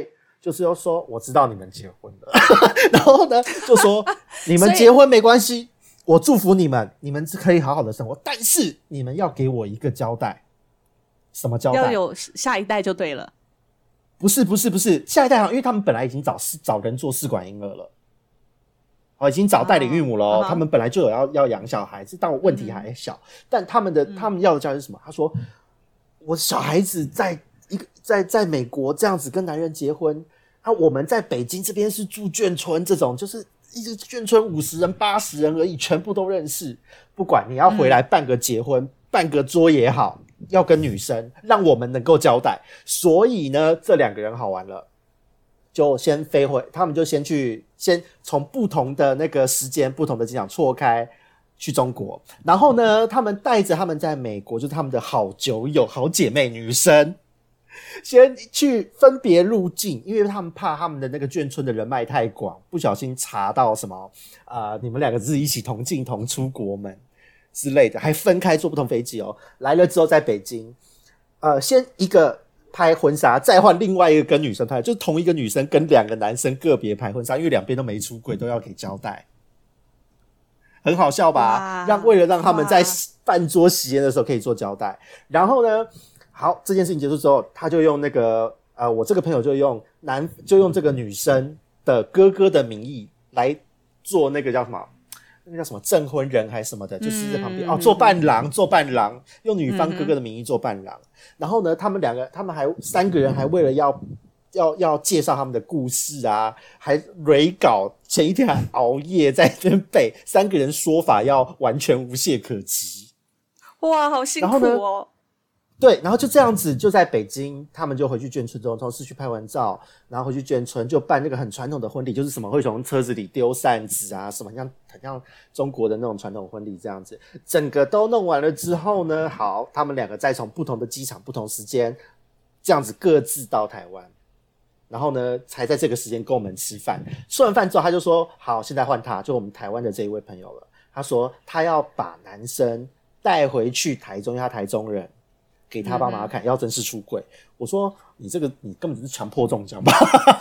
就是要说我知道你们结婚了，然后呢就说你们结婚没关系，我祝福你们，你们可以好好的生活，但是你们要给我一个交代。什么交代？ 要有下一代就对了。 不是下一代，因为他们本来已经找人做试管婴儿了，已经找代理孕母了，他们本来就有要养小孩子，但问题还小，但他们要的教育是什么？他说我小孩子在美国这样子跟男人结婚，我们在北京这边是住眷村，这种就是一直眷村50人80人而已，全部都认识，不管你要回来办个结婚，办个桌也好，要跟女生，让我们能够交代。所以呢，这2个人好玩了，就先飞回，他们就先从不同的那个时间、不同的机场错开去中国，然后呢，他们带着他们在美国就是他们的好酒友、好姐妹女生，先去分别入境，因为他们怕他们的那个眷村的人脉太广，不小心查到什么你们2个是一起同进同出国门之类的，还分开坐不同飞机哦。来了之后在北京，先一个拍婚纱，再换另外一个跟女生拍，就是同一个女生跟2个男生个别拍婚纱，因为2边都没出轨，都要给交代，很好笑吧？为了让他们在饭桌喜宴的时候可以做交代。然后呢，好，这件事情结束之后，他就用那个我这个朋友就用这个女生的哥哥的名义来做那个叫什么？那个叫什么证婚人还是什么的，就是在旁边做伴郎，用女方哥哥的名义做伴郎。然后呢，他们还3个人还为了要介绍他们的故事啊，还蕊稿，前一天还熬夜在那边背，3个人说法要完全无懈可击。 哇，好辛苦哦。 对，然后就这样子，就在北京，他们就回去眷村中，从市区拍完照，然后回去眷村就办那个很传统的婚礼，就是什么会从车子里丢扇子啊，什么很像中国的那种传统婚礼这样子。整个都弄完了之后呢，好，他们2个再从不同的机场、不同时间，这样子各自到台湾，然后呢，才在这个时间跟我们吃饭。吃完饭之后，他就说：“好，现在换他，就我们台湾的这一位朋友了。”他说他要把男生带回去台中，因为他台中人。给他爸妈看，要正式出柜。我说你这个你根本就是强迫中奖吧。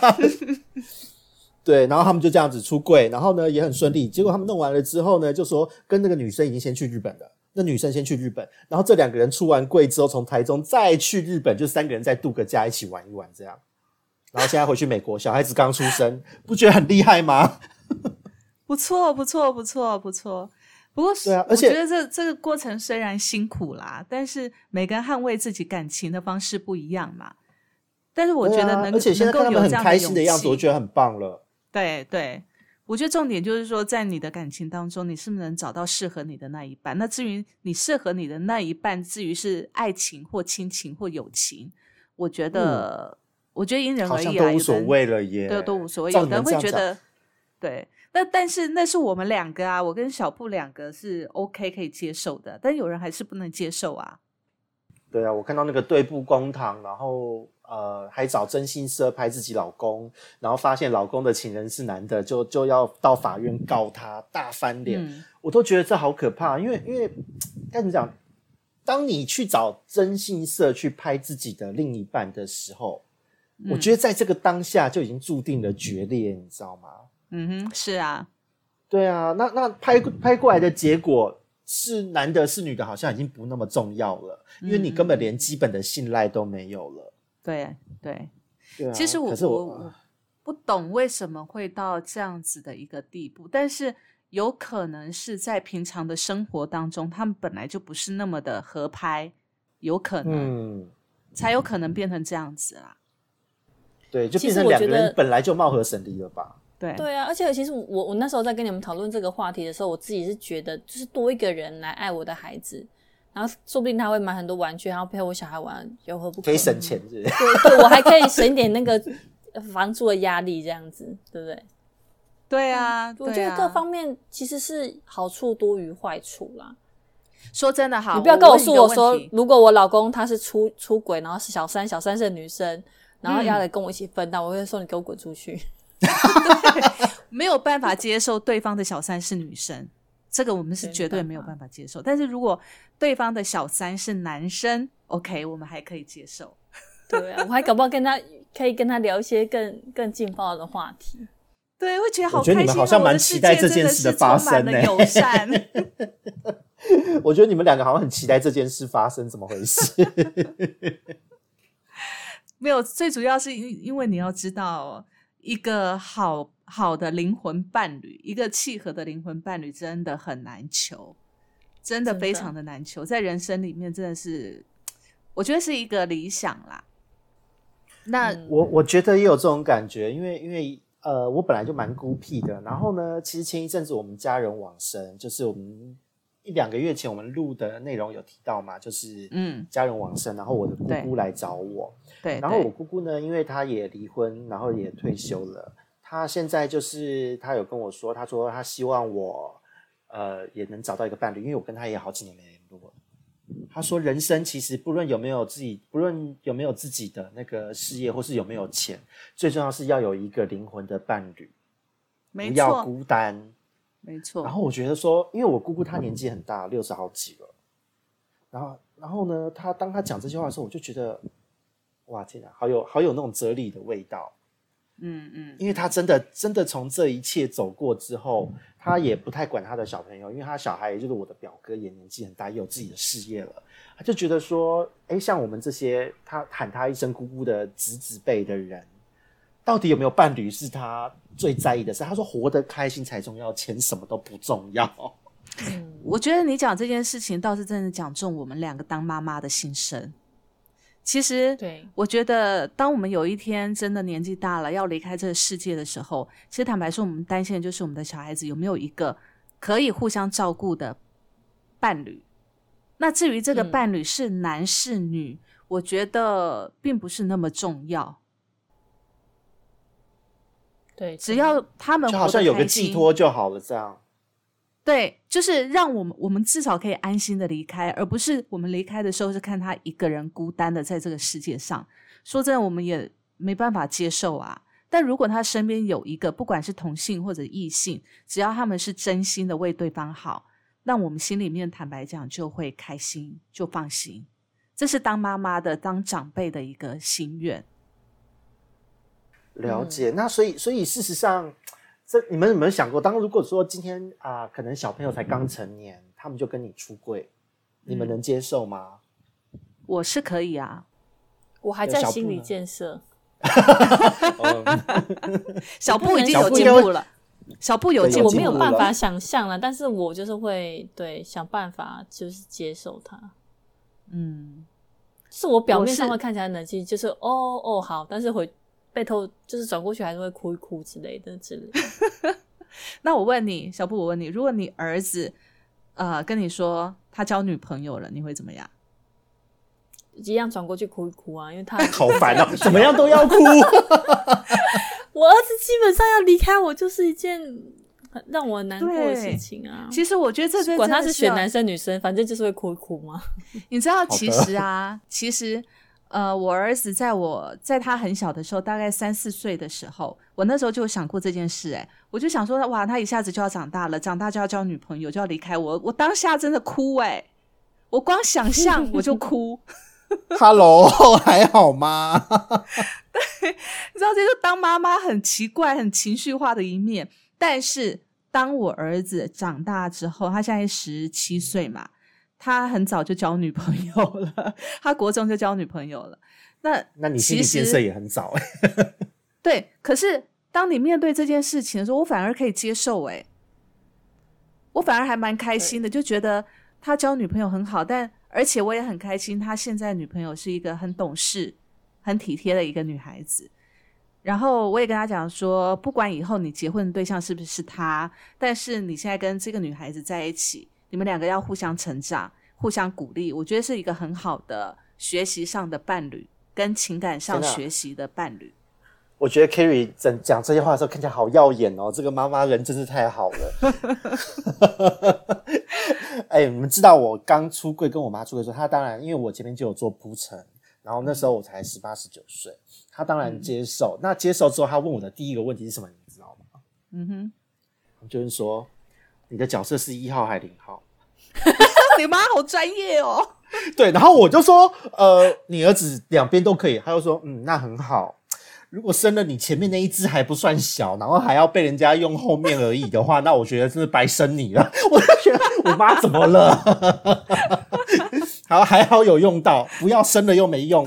对，然后他们就这样子出柜，然后呢也很顺利。结果他们弄完了之后呢，就说跟那个女生已经先去日本了，那女生先去日本，然后这2个人出完柜之后，从台中再去日本，就3个人再度个假，一起玩一玩这样。然后现在回去美国，小孩子刚出生，不觉得很厉害吗？ 不错。不过对啊，而且我觉得这个过程虽然辛苦啦，但是每个人捍卫自己感情的方式不一样嘛。但是我觉得而且现在看他们很开心的样子，我觉得很棒了。 对，我觉得重点就是说，在你的感情当中，你是不是能找到适合你的那一半？那至于你适合你的那一半，至于是爱情或亲情或友情，我觉得因人而异啊， 好像都无所谓了耶。 对，都无所谓。有的人会觉得，对。但是那是我们2个啊，我跟小布2个是 OK 可以接受的，但有人还是不能接受啊。 对啊，我看到那个对簿公堂，然后还找征信社拍自己老公，然后发现老公的情人是男的，就要到法院告他，大翻脸。我都觉得这好可怕，因为该怎么讲？当你去找征信社去拍自己的另一半的时候，我觉得在这个当下就已经注定了决裂，你知道吗？ 是啊， 对啊，那拍过来的结果是男的是女的，好像已经不那么重要了，因为你根本连基本的信赖都没有了。 对啊， 其实我不懂为什么会到这样子的一个地步，但是有可能是在平常的生活当中，他们本来就不是那么的合拍，有可能，才有可能变成这样子啦。 对，就变成2个人本来就貌合神离了吧。 对啊，而且其实我那时候在跟你们讨论这个话题的时候，我自己是觉得就是多一个人来爱我的孩子，然后说不定他会买很多玩具，然后陪我小孩玩，有何不可？ 可以省钱是不是？ 对，我还可以省一点那个房租的压力，这样子，对不对？ 对啊， 我觉得各方面其实是好处多于坏处啦。 说真的好， 你不要告诉我说，如果我老公他是出轨，然后是小三是女生，然后要来跟我一起分担，我会说你给我滚出去。 没有办法接受对方的小三是女生，这个我们是绝对没有办法接受。但是如果对方的小三是男生 ，OK， 我们还可以接受。 对啊，我还搞不好跟他可以跟他聊一些更劲爆的话题。 对，会觉得好我觉得你们好像蛮期待这件事的发生呢。友善我觉得你们两个好像很期待这件事发生，怎么回事？ 没有，最主要是因为你要知道，一个好的灵魂伴侣，一个契合的灵魂伴侣真的很难求，真的非常的难求，在人生里面真的是，我觉得是一个理想啦。那我觉得也有这种感觉，因为我本来就蛮孤僻的，然后呢，其实前一阵子我们家人往生，就是我们1-2个月前我们录的内容有提到嘛，就是家人往生，然后我的姑姑来找我， 对， 然后我姑姑呢，因为她也离婚，然后也退休了，她现在就是她有跟我说，她说她希望我也能找到一个伴侣，因为我跟她也好几年没联络了。她说人生其实不论有没有自己的那个事业，或是有没有钱，最重要是要有一个灵魂的伴侣，不要孤单。 没错。 然后我觉得说，因为我姑姑她年纪很大，60好几了，然后呢，当她讲这句话的时候，我就觉得，哇天哪，好有那种哲理的味道。因为她真的从这一切走过之后，她也不太管她的小朋友，因为她小孩也就是我的表哥，也年纪很大，也有自己的事业了，她就觉得说，像我们这些她喊她一声姑姑的子辈的人，到底有没有伴侣是她最在意的事。她说活得开心才重要，钱什么都不重要。 我觉得你讲这件事情倒是真的讲中我们两个当妈妈的心声。其实我觉得当我们有一天真的年纪大了要离开这个世界的时候，其实坦白说我们担心的就是我们的小孩子有没有一个可以互相照顾的伴侣。那至于这个伴侣是男是女，我觉得并不是那么重要。 对， 只要他们活得开心， 就好像有个寄托就好了，这样。 对，就是让我们至少可以安心的离开，而不是我们离开的时候是看他一个人孤单的在这个世界上。说真的，我们也没办法接受啊。但如果他身边有一个，不管是同性或者异性，只要他们是真心的为对方好，那我们心里面坦白讲就会开心，就放心。这是当妈妈的、当长辈的一个心愿。 了解。那所以事实上，你们有没有想过，如果说今天可能小朋友才刚成年，他们就跟你出柜，你们能接受吗？ 我是可以啊， 我还在心理建设。 小布已经有进步了，小布有进步了， 我没有办法想象了，但是我就是会想办法就是接受他。是我表面上会看起来冷静，就是哦好，但是背后就是转过去还是会哭一哭之类的。 那我问你，小布，我问你，如果你儿子跟你说他交女朋友了，你会怎么样？ 一样转过去哭一哭啊，因为他好烦哦，怎么样都要哭。 我儿子基本上要离开我，就是一件让我难过的事情啊。 其实我觉得这管他是选男生女生，反正就是会哭一哭嘛。 你知道，其实我儿子在他很小的时候，大概3-4岁的时候，我那时候就有想过这件事。我就想说，哇，他一下子就要长大了，长大就要交女朋友，就要离开我。我当下真的哭我光想象我就哭。 Hello， 还好吗？ 对，你知道，这就当妈妈很奇怪、很情绪化的一面。但是当我儿子长大之后，他现在17岁嘛。他很早就交女朋友了，他国中就交女朋友了。那你心理建设也很早对，可是当你面对这件事情的时候，我反而可以接受我反而还蛮开心的，就觉得他交女朋友很好，而且我也很开心，他现在女朋友是一个很懂事、很体贴的一个女孩子。然后我也跟他讲说，不管以后你结婚的对象是不是他，但是你现在跟这个女孩子在一起，你们两个要互相成长，互相鼓励，我觉得是一个很好的学习上的伴侣，跟情感上学习的伴侣。 我觉得 Kerry 讲这些话的时候看起来好耀眼哦，这个妈妈人真是太好了。你们知道我刚出柜跟我妈出柜的时候，她当然因为我前面就有做铺陈，然后那时候我才18、19岁，她当然接受。那接受之后，她问我的第一个问题是什么，你知道吗？就是说你的角色是1号还是0号？ 你妈好专业哦。 对，然后我就说你儿子两边都可以，他就说那很好。 如果生了你前面那一只还不算小，然后还要被人家用后面而已的话，那我觉得真是白生你了。我就觉得我妈怎么了？好，还好有用到，不要生了又没用。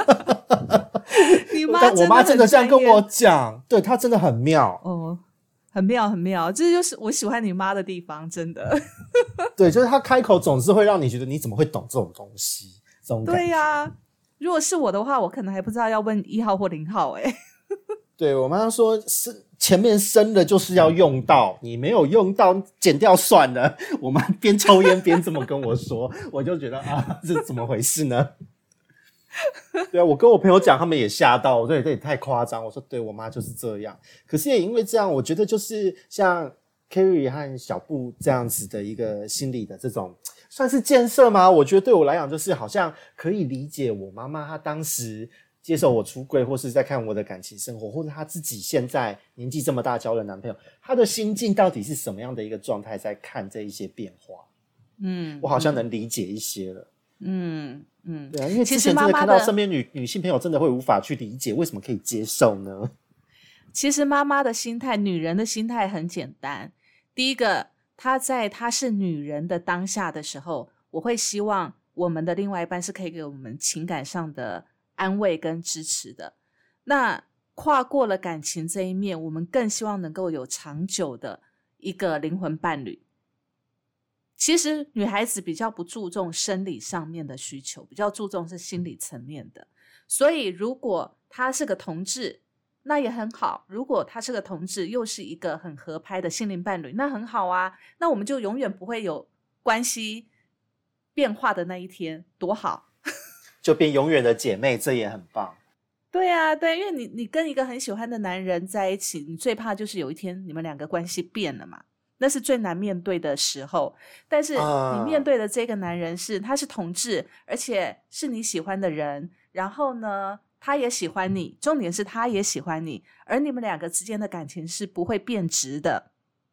你妈我妈真的这样跟我讲，对，她真的很妙哦，很妙很妙，这就是我喜欢你妈的地方，真的。 对，就是她开口总是会让你觉得你怎么会懂这种东西，这种感觉。 对呀，如果是我的话，我可能还不知道要问1号或0号对，我妈说前面生的就是要用到，你没有用到剪掉算了。我妈边抽烟边这么跟我说，我就觉得啊，这怎么回事呢？对啊，我跟我朋友讲，他们也吓到，对，这也太夸张。我说对，我妈就是这样。可是也因为这样，我觉得就是像 Kerry 和小布这样子的一个心理的这种算是建设吗？我觉得对我来讲，就是好像可以理解我妈妈她当时接受我出柜，或是在看我的感情生活，或者她自己现在年纪这么大交了男朋友，她的心境到底是什么样的一个状态，在看这一些变化。我好像能理解一些了。对啊，因为之前真的看到身边女性朋友真的会无法去理解为什么可以接受呢？ 其实妈妈的心态，女人的心态很简单。第一个，她在她是女人的当下的时候，我会希望我们的另外一半是可以给我们情感上的安慰跟支持的。那跨过了感情这一面，我们更希望能够有长久的一个灵魂伴侣。其实女孩子比较不注重生理上面的需求，比较注重是心理层面的。所以如果他是个同志，那也很好。如果他是个同志，又是一个很合拍的心灵伴侣，那很好啊。那我们就永远不会有关系变化的那一天，多好。 就变永远的姐妹，这也很棒。 对啊，对，因为你跟一个很喜欢的男人在一起，你最怕就是有一天你们两个关系变了嘛。那是最难面对的时候，但是你面对的这个男人他是同志，而且是你喜欢的人，然后呢他也喜欢你，重点是他也喜欢你，而你们两个之间的感情是不会变质的，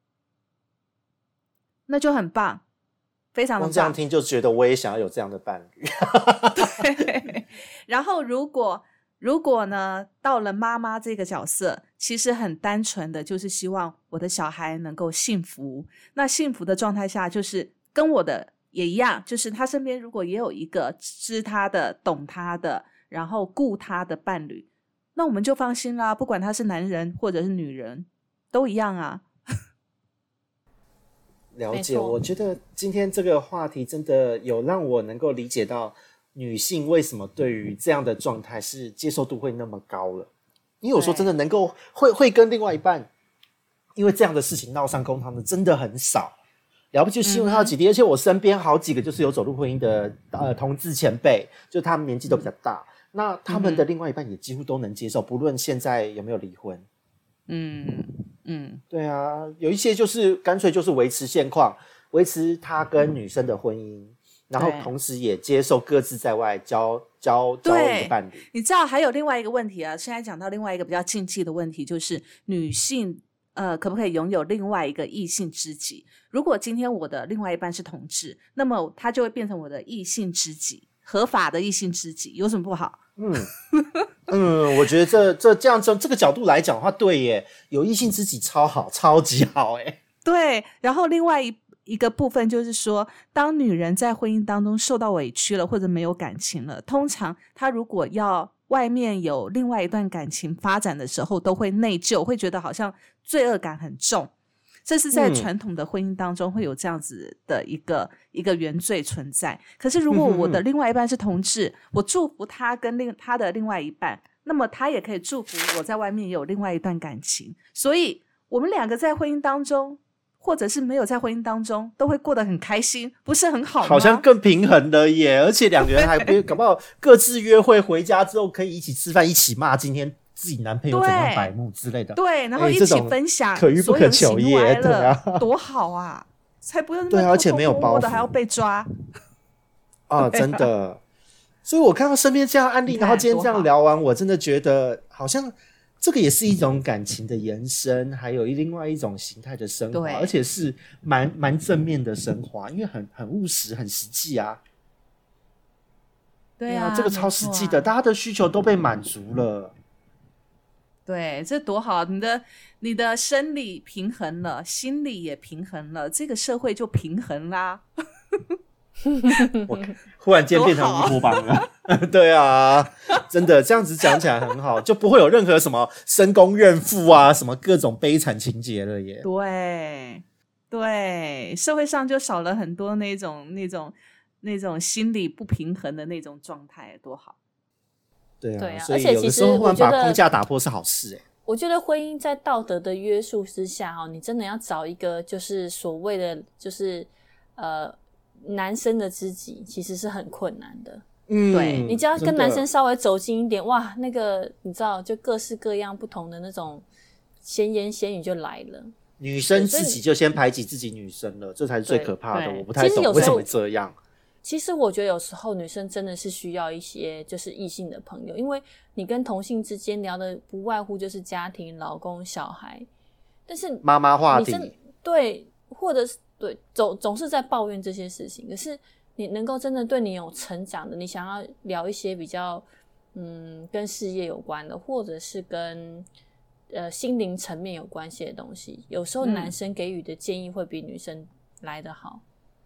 那就很棒，非常的棒。 这样听就觉得我也想要有这样的伴侣。 对，然后如果呢，到了妈妈这个角色，其实很单纯的就是希望我的小孩能够幸福。那幸福的状态下，就是跟我的也一样，就是他身边如果也有一个知他的、懂他的，然后顾他的伴侣，那我们就放心啦。不管他是男人或者是女人，都一样啊。 了解，我觉得今天这个话题真的有让我能够理解到女性为什么对于这样的状态是接受度会那么高了。因为我说真的能够会跟另外一半因为这样的事情闹上公堂的真的很少，了不起新闻还有几例，而且我身边好几个就是有走入婚姻的同志前辈，就他们年纪都比较大，那他们的另外一半也几乎都能接受，不论现在有没有离婚。对啊，有一些就是干脆就是维持现况，维持他跟女生的婚姻，然后同时也接受各自在外交一个伴侣。 你知道还有另外一个问题啊，现在讲到另外一个比较禁忌的问题，就是女性可不可以拥有另外一个异性知己？如果今天我的另外一半是同志，那么他就会变成我的异性知己，合法的异性知己，有什么不好？ 我觉得这样这个角度来讲的话，对耶，有异性知己超好，超级好耶。 对，然后另外一个部分就是说，当女人在婚姻当中受到委屈了，或者没有感情了，通常她如果要外面有另外一段感情发展的时候，都会内疚，会觉得好像罪恶感很重。这是在传统的婚姻当中会有这样子的一个原罪存在。可是如果我的另外一半是同志，我祝福他跟他的另外一半，那么他也可以祝福我在外面也有另外一段感情，所以我们两个在婚姻当中或者是没有在婚姻当中都会过得很开心，不是很好吗？ 好像更平衡了耶，而且两个人还不搞不好各自约会回家之后可以一起吃饭，一起骂今天自己男朋友怎样白目之类的。 对，然后一起分享可遇不可求耶，对啊， 多好啊，才不用对，而且没有包袱的还要被抓啊，真的。所以我看到身边这样的案例，然后今天这样聊完，我真的觉得好像这个也是一种感情的延伸，还有另外一种形态的升华，而且是蛮正面的升华，因为很务实很实际啊。 对啊， 这个超实际的，大家的需求都被满足了。 对，这多好！你的生理平衡了，心理也平衡了，这个社会就平衡啦。 我忽然间变成乌托邦了。对啊，真的这样子讲起来很好，就不会有任何什么深宫怨妇啊，什么各种悲惨情节了耶。 对，社会上就少了很多那种心理不平衡的那种状态，多好。 对啊， 而且其实我觉得把框架打破是好事我觉得婚姻在道德的约束之下你真的要找一个就是所谓的就是男生的知己，其实是很困难的。对，你只要跟男生稍微走近一点，哇，那个你知道，就各式各样不同的那种闲言闲语就来了。 女生自己就先排挤自己女生了，这才是最可怕的。我不太懂为什么会这样。 其实我觉得有时候女生真的是需要一些就是异性的朋友，因为你跟同性之间聊的不外乎就是家庭、老公、小孩，但是妈妈话题， 对，或者是对总是在抱怨这些事情。可是你能够真的对你有成长的，你想要聊一些比较跟事业有关的，或者是跟心灵层面有关系的东西，有时候男生给予的建议会比女生来得好。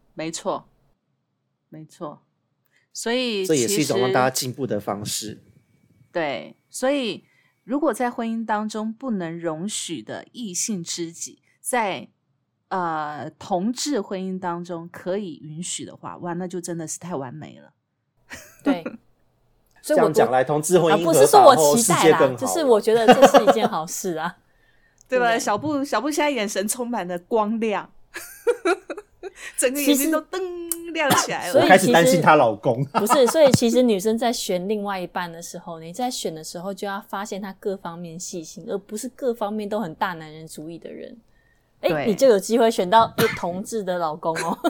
没错，所以这也是一种让大家进步的方式。 对，所以如果在婚姻当中不能容许的异性知己，在同志婚姻当中可以允许的话，哇，那就真的是太完美了。 对，所以这样讲来，同志婚姻不是说我期待啦， 更好， 就是我觉得这是一件好事啊， 对吧？小布现在眼神充满了光亮，整个眼睛都灯亮起来了。 我开始担心她老公。 不是，所以其实女生在选另外一半的时候，你在选的时候就要发现他各方面细心，而不是各方面都很大男人主义的人。你就有机会选到同志的老公哦。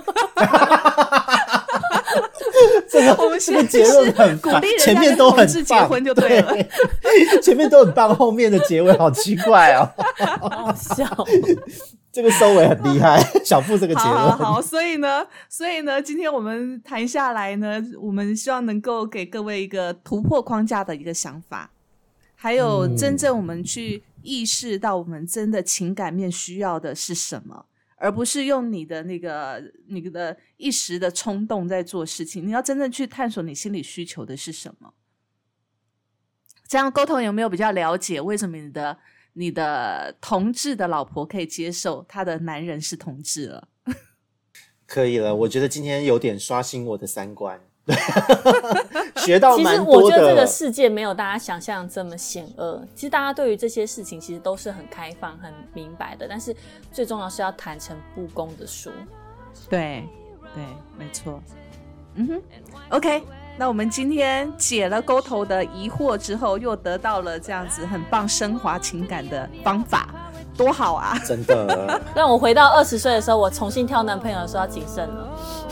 我们这个结论很棒，前面都很棒， 结婚就对了。 前面都很棒，后面的结尾好奇怪哦， 好笑。 这个收尾很厉害，小布这个结论好，所以呢，今天我们谈下来呢，我们希望能够给各位一个突破框架的一个想法，还有真正我们去意识到我们真的情感面需要的是什么，而不是用你的一时的冲动在做事情。你要真正去探索你心里需求的是什么。这样沟通有没有比较了解为什么你的同志的老婆可以接受她的男人是同志了？ 可以了，我觉得今天有点刷新我的三观。学到蛮多的。 其实我觉得这个世界没有大家想象这么险恶，其实大家对于这些事情其实都是很开放很明白的，但是最重要是要坦诚不公的说。 对，没错。OK， 那我们今天解了沟头的疑惑之后，又得到了这样子很棒升华情感的方法，多好啊！ 真的。 让我回到20岁的时候，我重新挑男朋友的时候要谨慎了。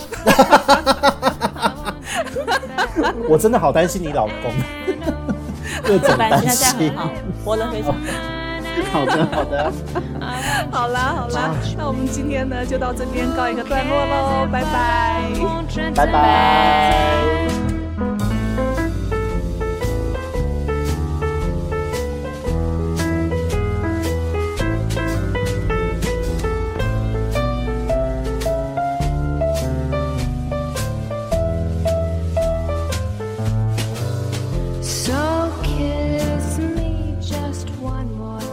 我真的好担心你老公，各种担心。 他这样很好，活得非常好的。 好啦，那我们今天呢就到这边告一个段落喽，拜拜， 拜拜。